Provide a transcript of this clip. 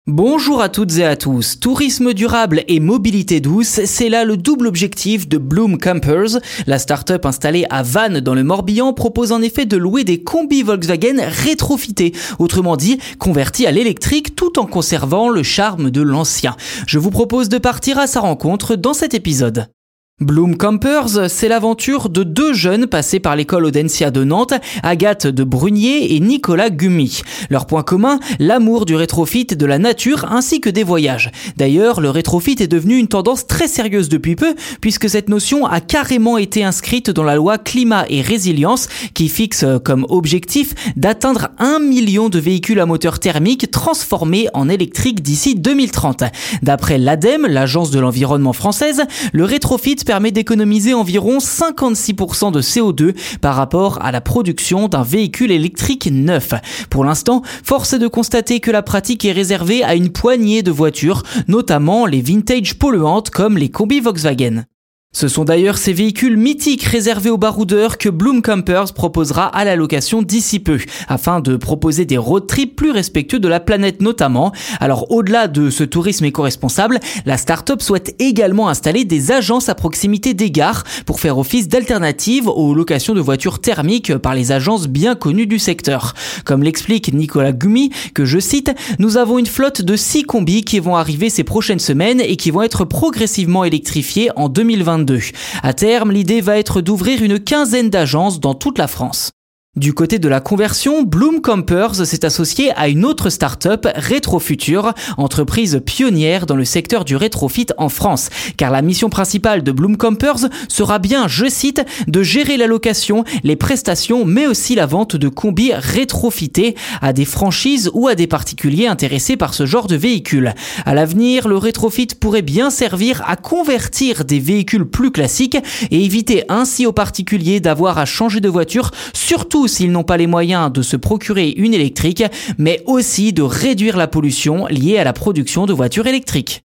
Bonjour à toutes et à tous. Tourisme durable et mobilité douce, c'est là le double objectif de Bloom Campers. La start-up installée à Vannes dans le Morbihan propose en effet de louer des combis Volkswagen rétrofités, autrement dit convertis à l'électrique tout en conservant le charme de l'ancien. Je vous propose de partir à sa rencontre dans cet épisode. Bloom Campers, c'est l'aventure de deux jeunes passés par l'école Audencia de Nantes, Agathe de Brunier et Nicolas Gummi. Leur point commun, l'amour du rétrofit, de la nature ainsi que des voyages. D'ailleurs, le rétrofit est devenu une tendance très sérieuse depuis peu, puisque cette notion a carrément été inscrite dans la loi Climat et Résilience, qui fixe comme objectif d'atteindre 1 million de véhicules à moteur thermique transformés en électrique d'ici 2030. D'après l'ADEME, l'Agence de l'environnement française, le rétrofit permet d'économiser environ 56% de CO2 par rapport à la production d'un véhicule électrique neuf. Pour l'instant, force est de constater que la pratique est réservée à une poignée de voitures, notamment les vintage polluantes comme les combis Volkswagen. Ce sont d'ailleurs ces véhicules mythiques réservés aux baroudeurs que Bloom Campers proposera à la location d'ici peu, afin de proposer des road trips plus respectueux de la planète notamment. Alors au-delà de ce tourisme éco-responsable, la start-up souhaite également installer des agences à proximité des gares pour faire office d'alternative aux locations de voitures thermiques par les agences bien connues du secteur. Comme l'explique Nicolas Gummi, que je cite, « Nous avons une flotte de 6 combis qui vont arriver ces prochaines semaines et qui vont être progressivement électrifiés en 2022. À terme, l'idée va être d'ouvrir une quinzaine d'agences dans toute la France. Du côté de la conversion, Bloom Campers s'est associé à une autre start-up, Rétrofutur, entreprise pionnière dans le secteur du rétrofit en France. Car la mission principale de Bloom Campers sera bien, je cite, de gérer la location, les prestations, mais aussi la vente de combis rétrofités à des franchises ou à des particuliers intéressés par ce genre de véhicule. À l'avenir, le rétrofit pourrait bien servir à convertir des véhicules plus classiques et éviter ainsi aux particuliers d'avoir à changer de voiture, surtout s'ils n'ont pas les moyens de se procurer une électrique, mais aussi de réduire la pollution liée à la production de voitures électriques.